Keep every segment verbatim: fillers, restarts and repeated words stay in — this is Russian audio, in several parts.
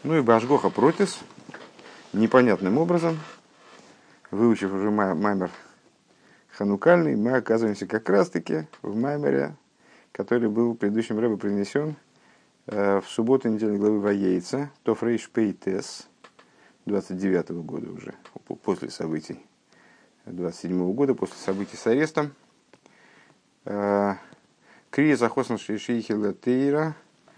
Ну и Башгоха Протис непонятным образом, выучив уже маймер ханукальный, мы оказываемся как раз-таки в маймере, который был предыдущим рэбе принесен в субботу недельной главы Ваейца, Тофрейш Пейтес, двадцать девятого года уже, после событий двадцать седьмого года, после событий с арестом. Крия захосан шишихила тейра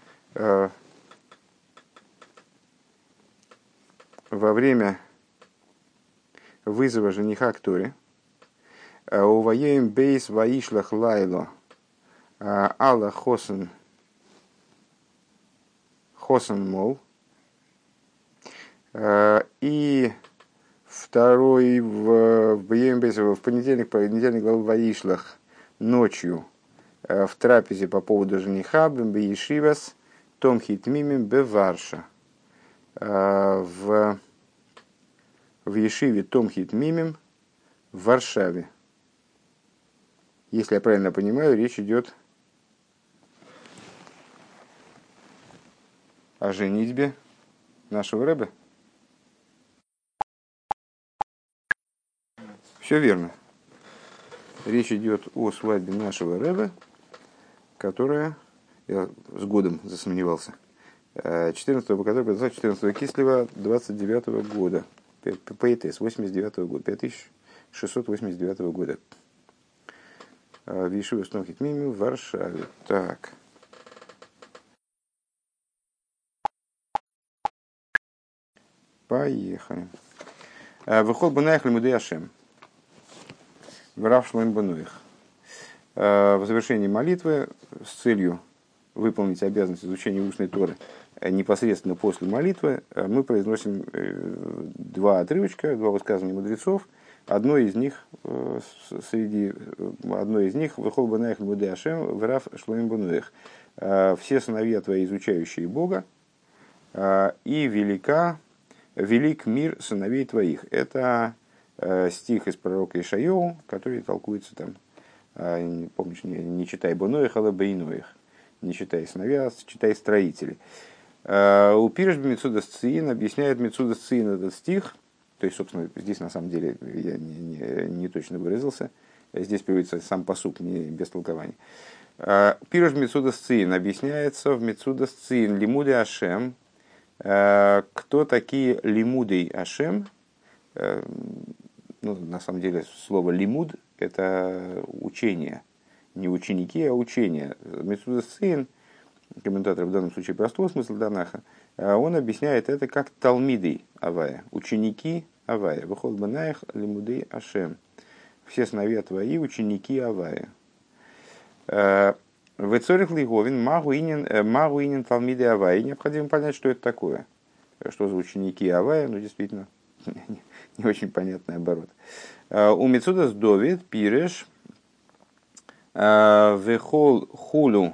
во время вызова жениха к Торе, у воеем бейс ваишлах лайло алла хосан хосан мол, и второй в воеем бейс в понедельник, понедельник главы ваишлах ночью в трапезе по поводу жениха бембеешивас том хитмимим беварша. В, в Ешиве Том Хитмимим в Варшаве. Если я правильно понимаю, речь идет о женитьбе нашего рэбе. Все верно. Речь идет о свадьбе нашего рэбе, которая, я с годом засомневался, четырнадцатого, по которой произошла четырнадцатого Кислева двадцать девятого года, ПТС восемьдесят девятого года, пять тысяч шестьсот восемьдесят девятого года, в Ешиве Том Хитмимим в Варшаве. Так. Поехали. Выход Банаях Лимудей Ашем. Врав Шлоим Бануих. В завершении молитвы с целью выполнить обязанность изучения устной Торы непосредственно после молитвы, мы произносим два отрывочка, два высказывания мудрецов. Одно из них среди одно из них «Вехол банаях лимудей Ашем врав шлоим бануэх». Все сыновья твои, изучающие Бога, и велика, велик мир сыновей твоих. Это стих из пророка Ишайяу, который толкуется там, помнишь, не, не читай бануэх, а бейнуэх. Не читай сыновья, читай строители. У Пирш Мецудас Циин объясняет Мецудас Циин этот стих. То есть, собственно, здесь на самом деле я не, не, не точно выразился. Здесь приводится сам пасук, не без толкования. Пирш Мецудас Циин объясняется в Мецудас Циин Лимуды Ашем. Кто такие Лимуды Ашем? Ну, на самом деле слово лимуд – это учение. Не ученики, а учение. Мецудас Циин, комментатор в данном случае простого смысла Данаха, он объясняет это как талмидей авая, ученики авая. Выход банаях лимудей Ашем. Все сыновья твои ученики авая. В цорих лиговин магуинин талмидей авая. Необходимо понять, что это такое. Что за ученики авая, ну действительно, не очень понятный оборот. У Мецудас Довид пиреш вехол хулу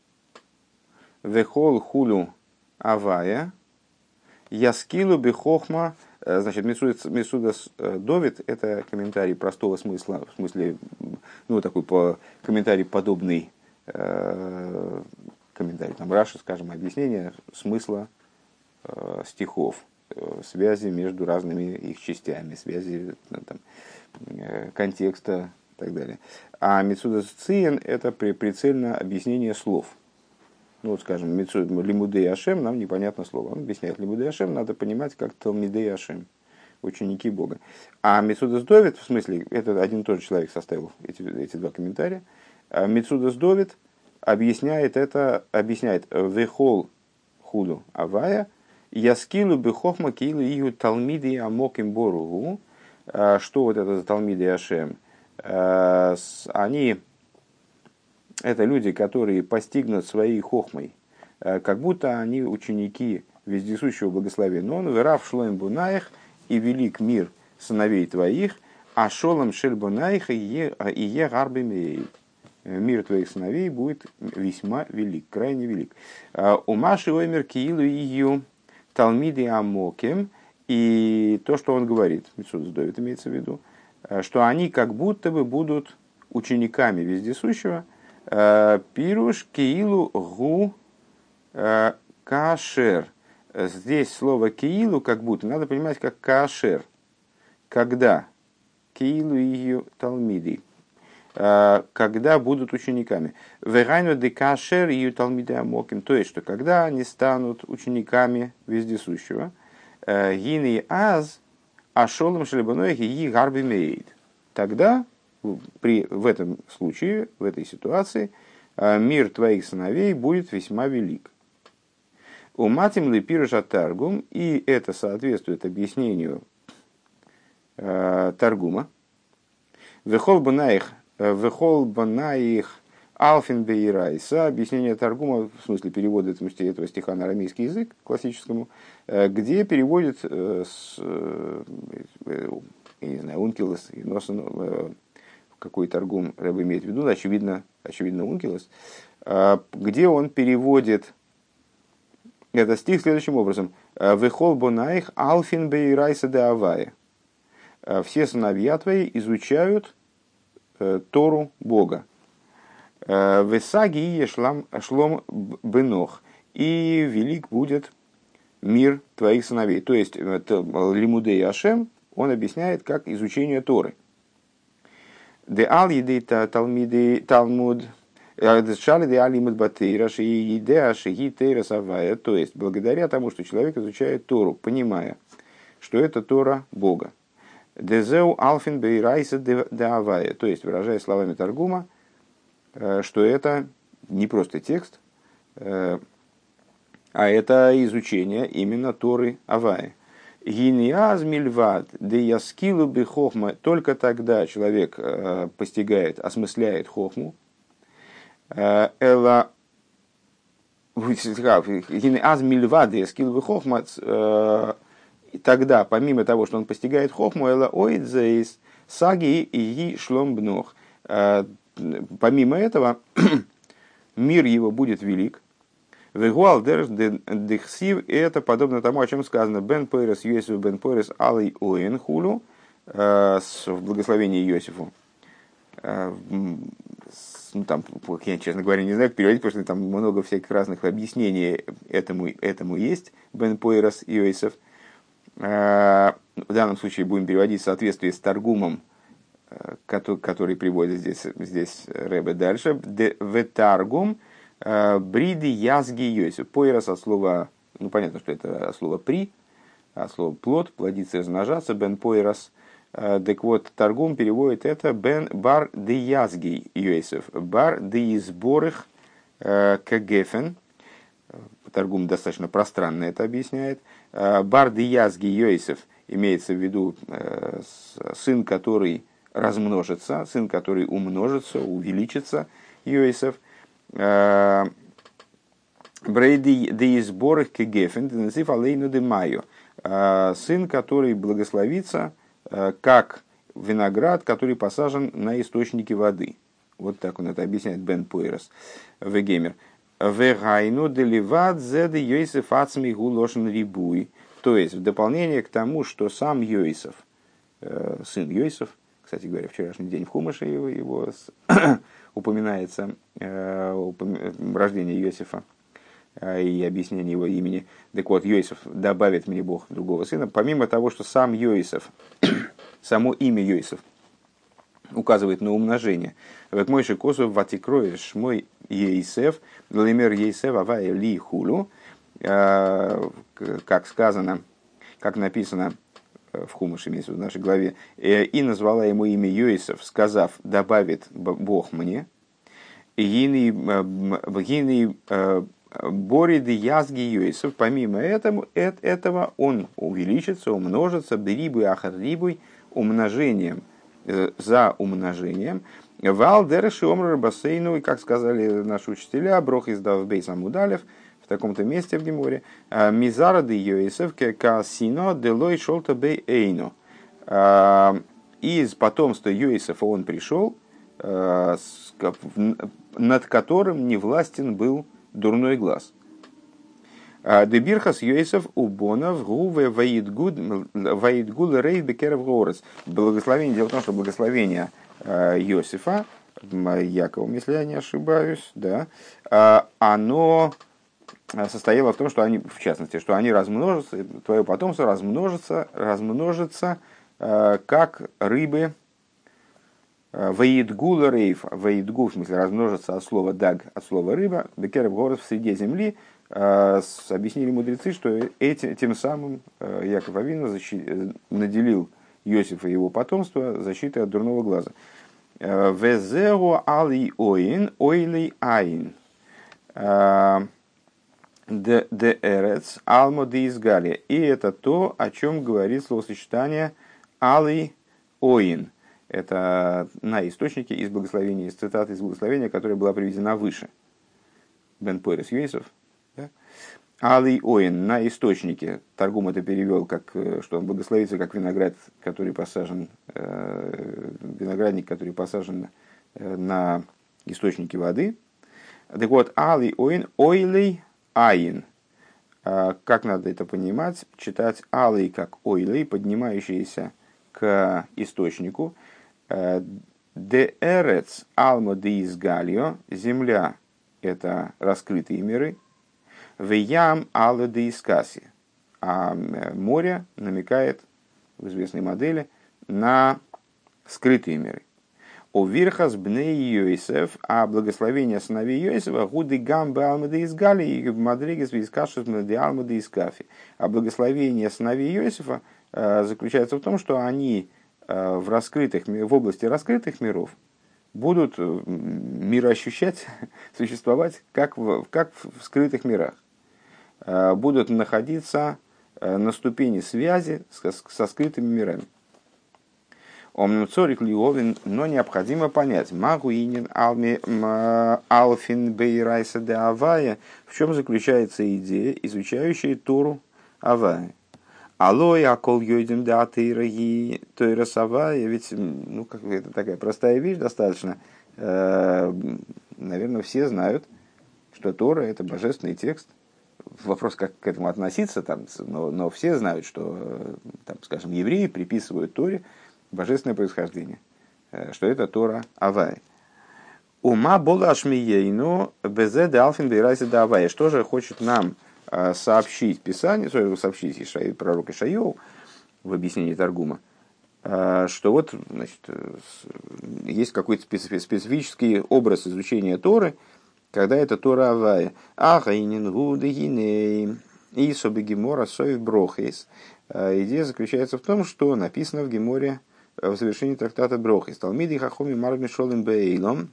вехол хулу авая яскилу бехохма. Значит, Мецудас Довид — это комментарий простого смысла, в смысле, ну, такой по, комментарий подобный, э, комментарий, там, Раши, скажем, объяснение смысла э, стихов, э, связи между разными их частями, связи ну, там, э, контекста и так далее. А Мецудас Циин — это прицельное объяснение слов. Ну, вот, скажем, Лимудей Ашем, нам непонятно слово. Он объясняет, Лимудей Ашем надо понимать как Талмидей Ашем, ученики Бога. А Мецудас Довид, в смысле, это один и тот же человек составил эти, эти два комментария. А Мецудас Довид объясняет это, объясняет Вехол худу авая, яскилу бехохма килу ию Талмидей амоким боругу. Что вот это за Талмидей Ашем? Они... Это люди, которые постигнут своей хохмой, как будто они ученики вездесущего благословения. Но он вырав шлоим бунаих и велик мир сыновей твоих, а шолом шель бунаих и е гарбимей. Мир твоих сыновей будет весьма велик, крайне велик. У Маши оймер киилу ию талмиди амоким. И то, что он говорит, Мецудас Довид имеется в виду, что они как будто бы будут учениками вездесущего. Пируш киилу гу кашер Здесь слово киилу как будто надо понимать как каашер. Когда? Киилу ее талмиды. Когда будут учениками. Верайну де каашер ее талмиды амоким. То есть, что когда они станут учениками вездесущего. Гини аз ашолом шлебаной гии гарби меид. Тогда, при, в этом случае, в этой ситуации, мир твоих сыновей будет весьма велик. Уматим ли пирожа таргум, и это соответствует объяснению э, Таргума. Вехол банаих, вехол банаих алфин бейрайса, объяснение Таргума, в смысле перевода этого стиха на арамейский язык, классическому, где переводит, э, с, э, я не знаю, ункилос, э, какой Таргум Рэбе имеет в виду, очевидно, очевидно ункилос, э, где он переводит этот стих следующим образом. «Вехол бонаих алфин бейрайса де авая». Все сыновья твои изучают э, Тору Бога. «Весаги ешлам шлом бенох». И велик будет мир твоих сыновей. То есть, лимудей Ашем, он объясняет, как изучение Торы. «Де ал едей талмидей талмуд». То есть, благодаря тому, что человек изучает Тору, понимая, что это Тора Бога. Дезеу алфин бейрайса деавая. То есть, выражая словами Таргума, что это не просто текст, а это изучение именно Торы Авая. Гиниаз мильвад де яскилу би хохма. Только тогда человек постигает, осмысляет хохму. Эла аз мильвады скил бы хохмац. Тогда, помимо того, что он постигает хохму, эла оидзейс саги и шлом бнох. Помимо этого, мир его будет велик. Вегуал держ дехсив, это подобно тому, о чем сказано бен пойрес Йосиф бен пойрес алей оэн хулу в благословении Йосифу. Ну, там, я, честно говоря, не знаю, как переводить, потому что там много всяких разных объяснений этому, этому есть. Бен Пойрос Йосиф. В данном случае будем переводить в соответствии с Таргумом, который, который приводит здесь, здесь Ребе дальше. В Таргум бриди язги Йосиф. Пойрос от слова, ну понятно, что это от слова при, от слова плод, плодиться, размножаться. Бен Пойрос. Так вот, Таргум переводит это бен бар де язги Йосиф, бар де изборых кагефен. Таргум достаточно пространно это объясняет. Бар де язги Йосиф имеется в виду сын, который размножится, сын, который умножится, увеличится, Йосиф. Брейди де изборых кагефен, дензиф алейну де майо. Сын, который благословится, как виноград, который посажен на источнике воды. Вот так он это объясняет Бен Пойрос Вегемер. Вегайну деливат зеды Йосиф ацми гулошен рибуй. То есть, в дополнение к тому, что сам Йосиф, сын Йосиф, кстати говоря, вчерашний день в Хумаше его, его упоминается, рождение Йосифа и объяснение его имени. Так вот, Йосиф добавит мне Бог другого сына. Помимо того, что сам Йосиф, само имя Йосиф указывает на умножение. Век мой шикосов ватикроешь мой Йосиф, глимер Йосиф авая ли хулу, как сказано, как написано в Хумаше, имеется в нашей главе, и назвала ему имя Йосиф, сказав, добавит Бог мне, гини Бориды язги Йосиф, помимо этого, этого он увеличится, умножится, берибуй ахаррибуй, умножением за умножением. Валдерши омрар бассейну, и как сказали наши учителя, брох издав бейс амудалев, в таком-то месте в Геморе, мизарады Йосиф касино делой шолта бей эйно. Из потомства Йосифа он пришел, над которым не властен был дурной глаз. Дебирхас Йосиф убонов гуве ваидгул рейд бекеров горец. Благословение, дело в том, что благословение Йосифа, Яковом, если я не ошибаюсь, да, оно состояла в том, что они, в частности, что они размножатся, твое потомство размножится, размножится э, как рыбы. Ваидгула рейф, ваидгу, в смысле размножится от слова даг, от слова рыба, бекерев город в среде земли. Э, с, объяснили мудрецы, что эти, тем самым э, Яков Авину защи, наделил Иосифа и его потомство защитой от дурного глаза. Везеу али оин, ойли айн. Де эрец алмо де изгалия. И это то, о чем говорит словосочетание али оин. Это на источнике из благословения, из цитаты из благословения, которая была приведена выше. Бен Пойрес Йосиф. Али оин, на источнике. Таргум это перевел, как, что он благословится, как виноград, который посажен, э, виноградник, который посажен на источнике воды. Так вот, али оин, ойли айн. Как надо это понимать? Читать али как ойли, поднимающиеся к источнику. Де эрец алмо де изгалио, земля — это раскрытые миры. Веям алмо де искаси, а море намекает в известной модели на скрытые миры. О вирхас бней Йосеф, а благословение сыновей Йосефа гуды гамбе алмо де изгали и в мадригес вискашус де алмо де искафи. А благословение сыновей Йосефа заключается в том, что они в, раскрытых, в области раскрытых миров будут мироощущать, существовать как в, как в скрытых мирах. Будут находиться на ступени связи со, со скрытыми мирами. Омнуцорик Лиовин, но необходимо понять, магуинин алфин бейрайса де авая, в чем заключается идея, изучающая Тору Авая. Алло, я кол йодим да тейраги тойрасавая, ведь ну, как, это такая простая вещь достаточно. Э, наверное, все знают, что Тора — это божественный текст. Вопрос, как к этому относиться, там, но, но все знают, что, там, скажем, евреи приписывают Торе божественное происхождение, что это Тора Авай. Ума бола ашмиейну безе де алфин бейрайсе да авай. Что же хочет нам сообщить Писание, сообщить Ишай, пророк Ишайоу в объяснении Таргума, что вот, значит, есть какой-то специфический образ изучения Торы, когда это Тора Авая. Ахайнин гуды гиней и собегемора соев брохейс. Идея заключается в том, что написано в Геморе в завершении трактата Брохейс. Талмиды хахоми марми шолым бейлом.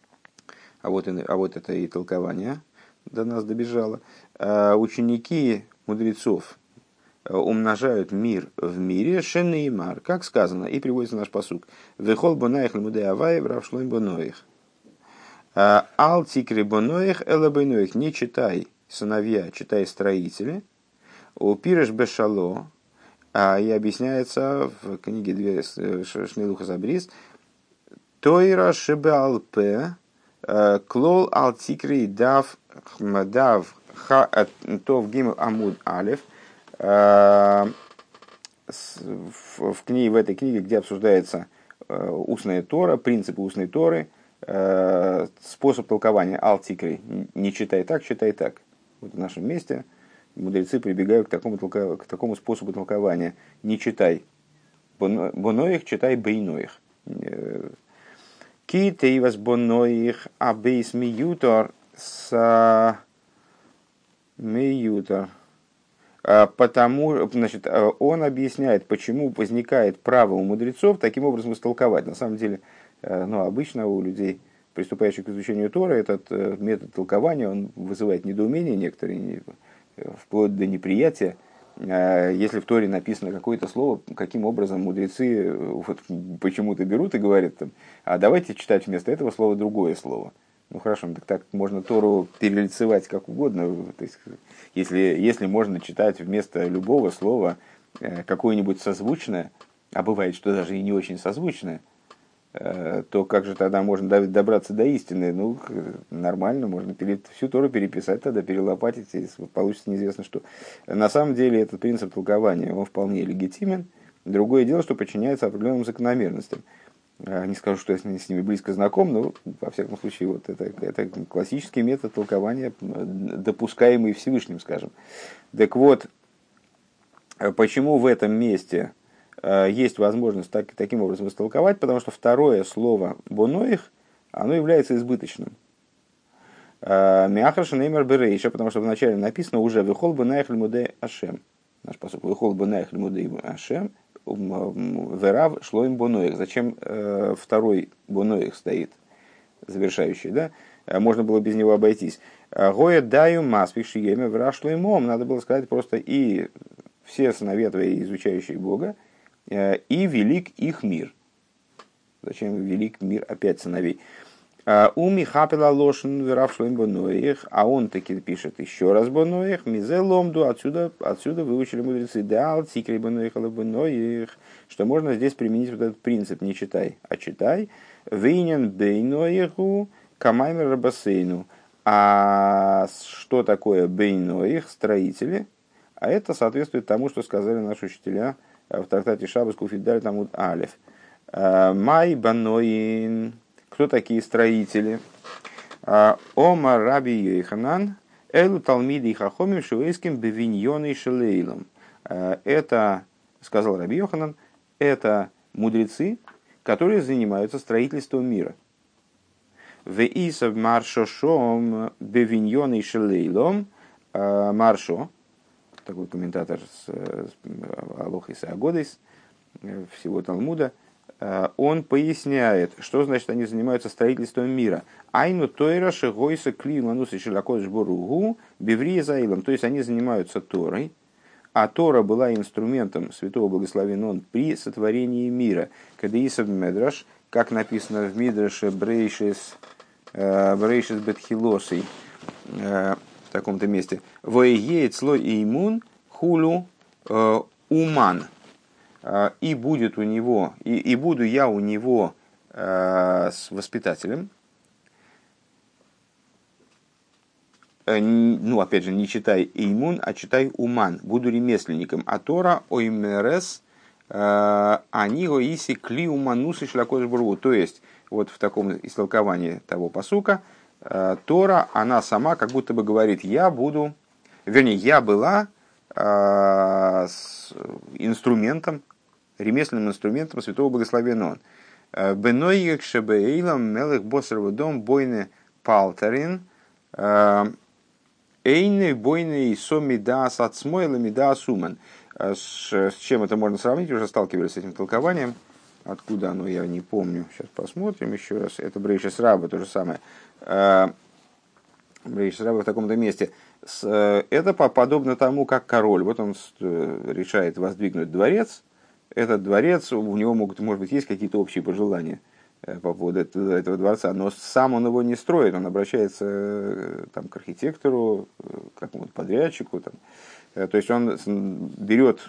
А вот, а вот это и толкование до нас добежало. Ученики мудрецов умножают мир в мире, шенеймар, как сказано, и приводится наш пасук. Вехол бонаих лемуде авай, брав шлойм боноих. Ал тикри боноих, эла боноих. Не читай сыновья, читай строители. У пиреш бешало, и объясняется в книге Шнейлуха Забрис, Тойра шебеалпе, клол ал тикри дав дав тов гимл амуд алев. В книге, в этой книге, где обсуждается устная Тора, принципы устной Торы, способ толкования ал тикри, не читай так, читай так. Вот в нашем месте мудрецы прибегают к такому, к такому способу толкования. Не читай боноих, читай бейноих. Ки тейвас боноих абейс миютор с миютор. Потому, значит, он объясняет, почему возникает право у мудрецов таким образом истолковать. На самом деле, ну, обычно у людей, приступающих к изучению Торы, этот метод толкования он вызывает недоумение некоторые, вплоть до неприятия. Если в Торе написано какое-то слово, каким образом мудрецы вот, почему-то берут и говорят, там, а давайте читать вместо этого слова другое слово. Ну хорошо, так, так можно Тору перелицевать как угодно. То есть, если, если можно читать вместо любого слова какое-нибудь созвучное, а бывает, что даже и не очень созвучное, то как же тогда можно добраться до истины? Ну, нормально, можно всю Тору переписать, тогда перелопатить, и получится неизвестно что. На самом деле, этот принцип толкования, он вполне легитимен. Другое дело, что подчиняется определенным закономерностям. Не скажу, что я с ними близко знаком, но, во всяком случае, вот это, это классический метод толкования, допускаемый Всевышним, скажем. Так вот, почему в этом месте есть возможность так, таким образом истолковать? Потому что второе слово «боноих», оно является избыточным. Миахар шенеймер берейша, потому что вначале написано уже «Вехол бенаих лимудей Ашем». Наш посуд «Вехол бенаих лимудей Ашем». Верав шлоим боноих. Зачем э, второй боноих стоит, завершающий, да? Можно было без него обойтись. Гоя даю маспик шиеме верав шлоим ом. Надо было сказать просто и все сыновья твои, изучающие Бога, э, и велик их мир. Зачем велик мир опять сыновей? Уми хапила лошен верав шлоим боноих, а он таки пишет еще раз боноих, мизе ломду, отсюда, отсюда выучили мудрецы, да, тикри боноих, боноих, что можно здесь применить вот этот принцип, не читай, а читай, вейнен бейноиху камаймер рабасейну. А что такое бейноих, строители? А это соответствует тому, что сказали наши учителя в трактате Шаббас Куфидаль Тамуд Алеф. Май баноин. Кто такие строители? Ома Раби Йоханан, элу талмиды и хахомим шуэйским бевиньоной шелейлом. Это, сказал Раби Йоханан, это мудрецы, которые занимаются строительством мира. Веисав маршошом бевиньоной шелейлом. Маршо, такой комментатор с Алохис и Агодис, всего Талмуда, он поясняет, что значит они занимаются строительством мира. Айну тойра шегойса кли манусы шилакодж боругу беврия заилом. То есть они занимаются Торой, а Тора была инструментом святого благословен он при сотворении мира. Кадеисов медраш, как написано в Мидраше Брейшис Брейшис Бетхилосой, в таком-то месте. Воегеет слой иммун хулю уман. И будет у него, и, и буду я у него э, с воспитателем. Э, ну, опять же, не читай иммун, а читай уман. Буду ремесленником. А Тора оймерес аниго иси кли уманусы шлакош буру. То есть, вот в таком истолковании того пасука, э, Тора, она сама как будто бы говорит, я буду, вернее, я была э, с инструментом, ремесленным инструментом святого благословенного он. Беноик шебеилам мелых босеров дом бойны палтерин эйны бойны соми дас ацмойла мида суман. С чем это можно сравнить? Уже сталкивались с этим толкованием. Откуда оно, я не помню. Сейчас посмотрим еще раз. Это Брейшис Раба, то же самое. Брейшис Раба в таком-то месте. Это подобно тому, как король. Вот он решает воздвигнуть дворец. Этот дворец, у него могут, может быть, есть какие-то общие пожелания по поводу этого, этого дворца, но сам он его не строит, он обращается там, к архитектору, к какому-то подрядчику. Там. То есть он берет,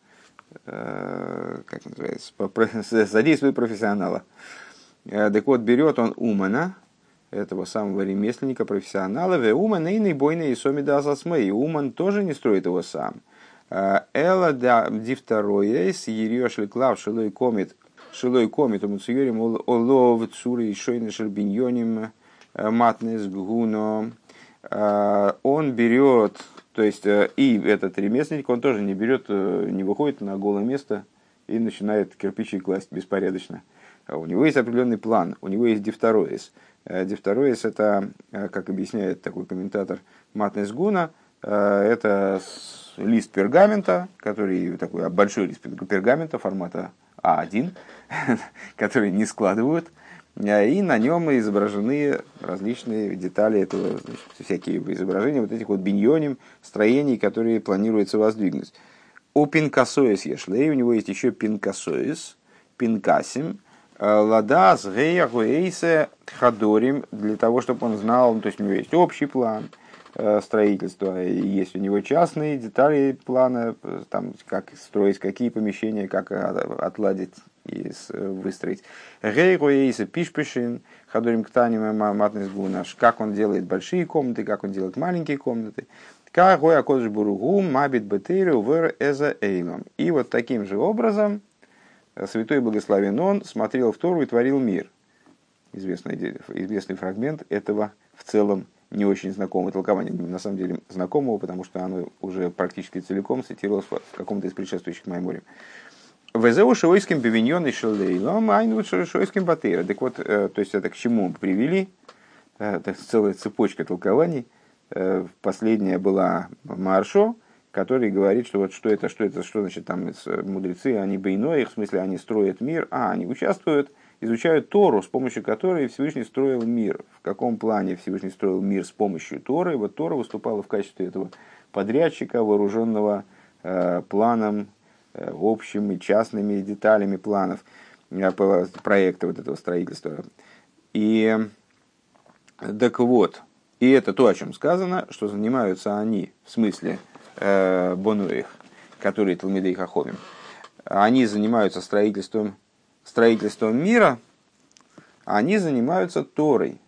как называется, задействует профессионала. Так вот, берет он умана, этого самого ремесленника, профессионала, ве уман и бойный и сомида асасмей. Уман тоже не строит его сам. Эла да дифтароес ерешли клав шилой комит шилой комит умуцюрим олов цуры и шойны шербиньоним матнес гуно. Он берет, то есть и этот ремесленник, он тоже не берет, не выходит на голое место и начинает кирпичи класть беспорядочно. У него есть определенный план, у него есть дифтароес. Дифтароес — это, как объясняет такой комментатор матнес гуна, это лист пергамента, который такой большой лист пергамента формата а один, который не складывают, и на нем изображены различные детали этого, значит, всякие изображения вот этих вот биньоним, строений, которые планируется воздвигнуть. У пинкасоис ешлей, у него есть еще пинкасоис, пинкасим, ладас гея гуэйсе хадорим, для того, чтобы он знал, то есть у него есть общий план строительства, есть у него частные детали плана, там, как строить, какие помещения, как отладить и выстроить. Гейгуэйса пишпишин, ходорим ктаним матнес гунаш, как он делает большие комнаты, как он делает маленькие комнаты. Кагоя кодж буругу мабит бетеру вер эза эйлом. И вот таким же образом святой благословен он, смотрел в Тору и творил мир. Известный, известный фрагмент этого в целом не очень знакомого толкования, на самом деле знакомого, потому что оно уже практически целиком цитировалось в каком-то из предшествующих майморим. Везеу шойским бивиньон и шелейлом, айну шойским батейра. Так вот, то есть это к чему привели? Это целая цепочка толкований. Последняя была Маршо, который говорит, что вот что это, что это, что значит там мудрецы, они бейно, их в смысле они строят мир, а они участвуют, изучают Тору, с помощью которой Всевышний строил мир. В каком плане Всевышний строил мир с помощью Торы? Вот Тора выступала в качестве этого подрядчика, вооруженного э, планом, э, общим и частными деталями планов э, проекта вот этого строительства. И так вот, и это то, о чем сказано, что занимаются они, в смысле э, Бонуих, которые Талмидей Хахомим, они занимаются строительством строительством мира, они занимаются Торой.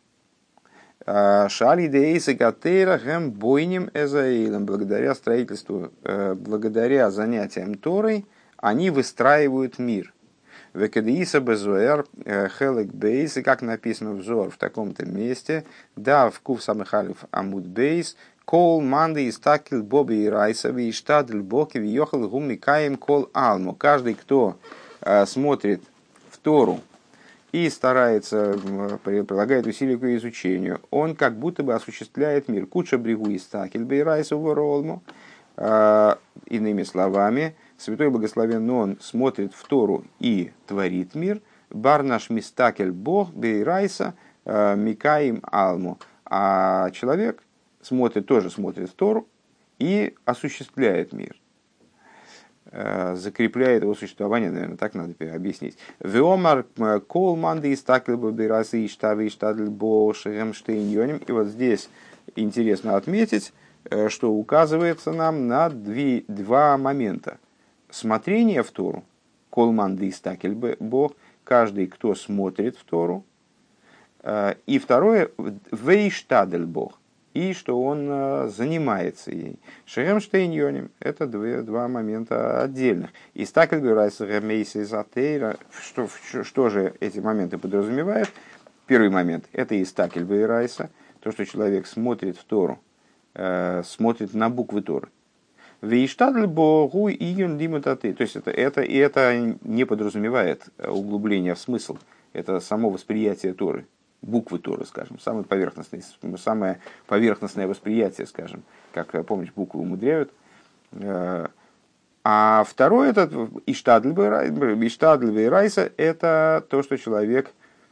Шали дейсы катейра гэм бойним эзаилом. Благодаря строительству, благодаря занятиям Торой, они выстраивают мир. Векадеиса безуэр хелек бейс, и как написано в Зор в таком-то месте, да, в кув самыхалев амуд бейс, кол манды истакил боби и райсави и штадль боки виехал гумми каем кол алму. Каждый, кто смотрит в Тору и старается, прилагает усилия к ее изучению, он как будто бы осуществляет мир. Куча брегу и стакель бейрайса воролму. Иными словами, святой благословен он смотрит в Тору и творит мир. Бар наш мистакель бог бейрайса микаим алму. А человек смотрит, тоже смотрит в Тору и осуществляет мир. Закрепляет его существование, наверное, так надо объяснить. Веомар кол манды истакл бабирасы иштавы иштадль бо шеремштейньоним. И вот здесь интересно отметить, что указывается нам на две, два момента. Смотрение в Тору, кол манды истакл бо, каждый, кто смотрит в Тору. И второе, вейштадль бо, и что он занимается ей. Шеремштейньоним – это две, два момента отдельных. И что, что же эти моменты подразумевают? Первый момент – это истакель бейрайса, то, что человек смотрит в Тору, э, смотрит на буквы Торы. Вейштадль богу июн димутаты. То есть это, это, и это не подразумевает углубление в смысл. Это само восприятие Торы. Буквы Торы, скажем, самое поверхностное, самое поверхностное восприятие, скажем, как, помнишь, буквы умудряют. А второе, это иштадль бейрайса, это то, что человек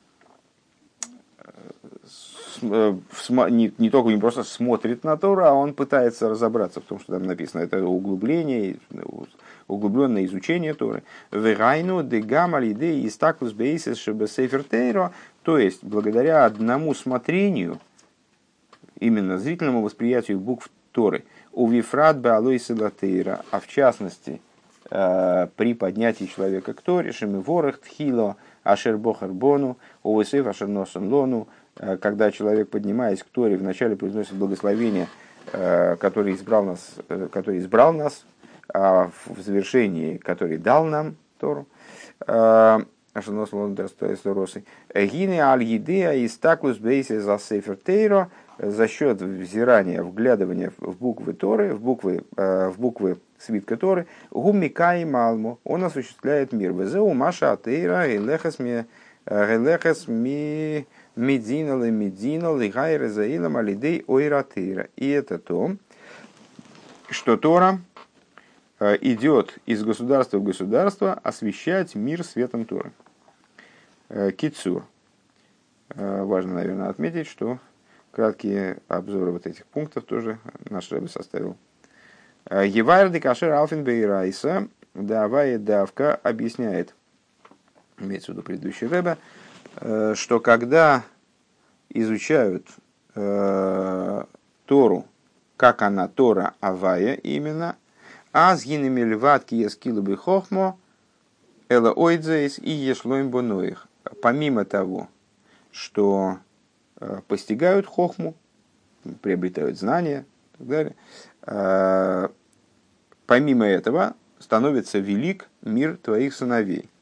не, не только не просто смотрит на Тору, а он пытается разобраться в том, что там написано. Это углубление, углубленное изучение Торы. Вегайну дегам алидей истаклус бейсис шебесейфер тейро. То есть, благодаря одному смотрению, именно зрительному восприятию букв Торы, у вифрат беалойсы латейра, а в частности, э, при поднятии человека к Торе, шемиворах тхило ашер бохарбону, увысыв ашер носом лону, э, когда человек, поднимаясь к Торе, вначале произносит благословение, э, который, избрал нас, э, который избрал нас, а в завершении, который дал нам Тору, э, за счет взирания, вглядывания в буквы Торы, в буквы, в буквы свитка Торы, гуммикай малму, он осуществляет мир. Везеу маша атеира гелехас ми медина ле медина лигай резаилам алидей ойратеира. И это то, что Тора идет из государства в государство освещать мир светом Торы. Кицур. Важно, наверное, отметить, что краткие обзоры вот этих пунктов тоже наш Ребе составил. Евайрды кашер алфин бейрайса давая давка объясняет, имеется в виду предыдущий Ребе, что когда изучают Тору, как она Тора Авая именно, а с гинами льватки ескилу бы хохмо, эла ойдзейс и ешлоим боноих. Помимо того, что постигают хохму, приобретают знания и так далее, помимо этого становится велик мир твоих сыновей.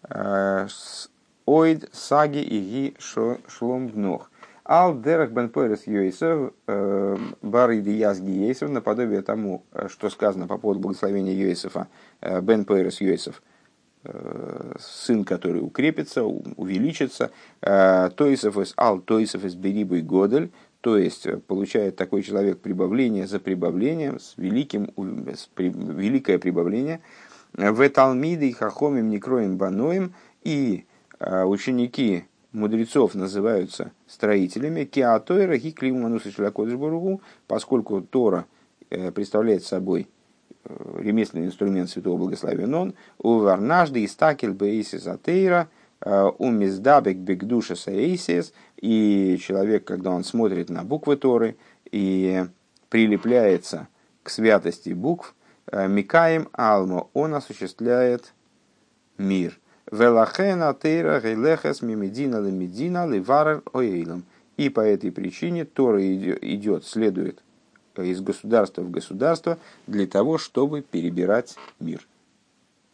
Ойд саги и ги шлом бнох. Ал дерах бен пойрес Йосеф бар идияс Йосеф, наподобие тому, что сказано по поводу благословения Йосефа, бен пойрес Йосеф, сын, который укрепится, увеличится, Тойсеф из ал Тойсеф из берибой годель, то есть получает такой человек прибавление за прибавлением, с великим, с при, великое прибавление, в Талмиды и Хахомим Некроем Баноем, и ученики мудрецов называются строителями, Киатойра и Климануса Шлякодышбургу, поскольку Тора представляет собой ремесленный инструмент Святого Благословения Нон, уварнажды истакель бейсис атеира, умиздабек бекдуша саэйсис, и человек, когда он смотрит на буквы Торы и прилепляется к святости букв, Микаем Алмо, он осуществляет мир. Велахена тейра гейлехес мимедина лемедина ливарер оэйлом. И по этой причине Тора идет, следует из государства в государство для того, чтобы перебирать мир.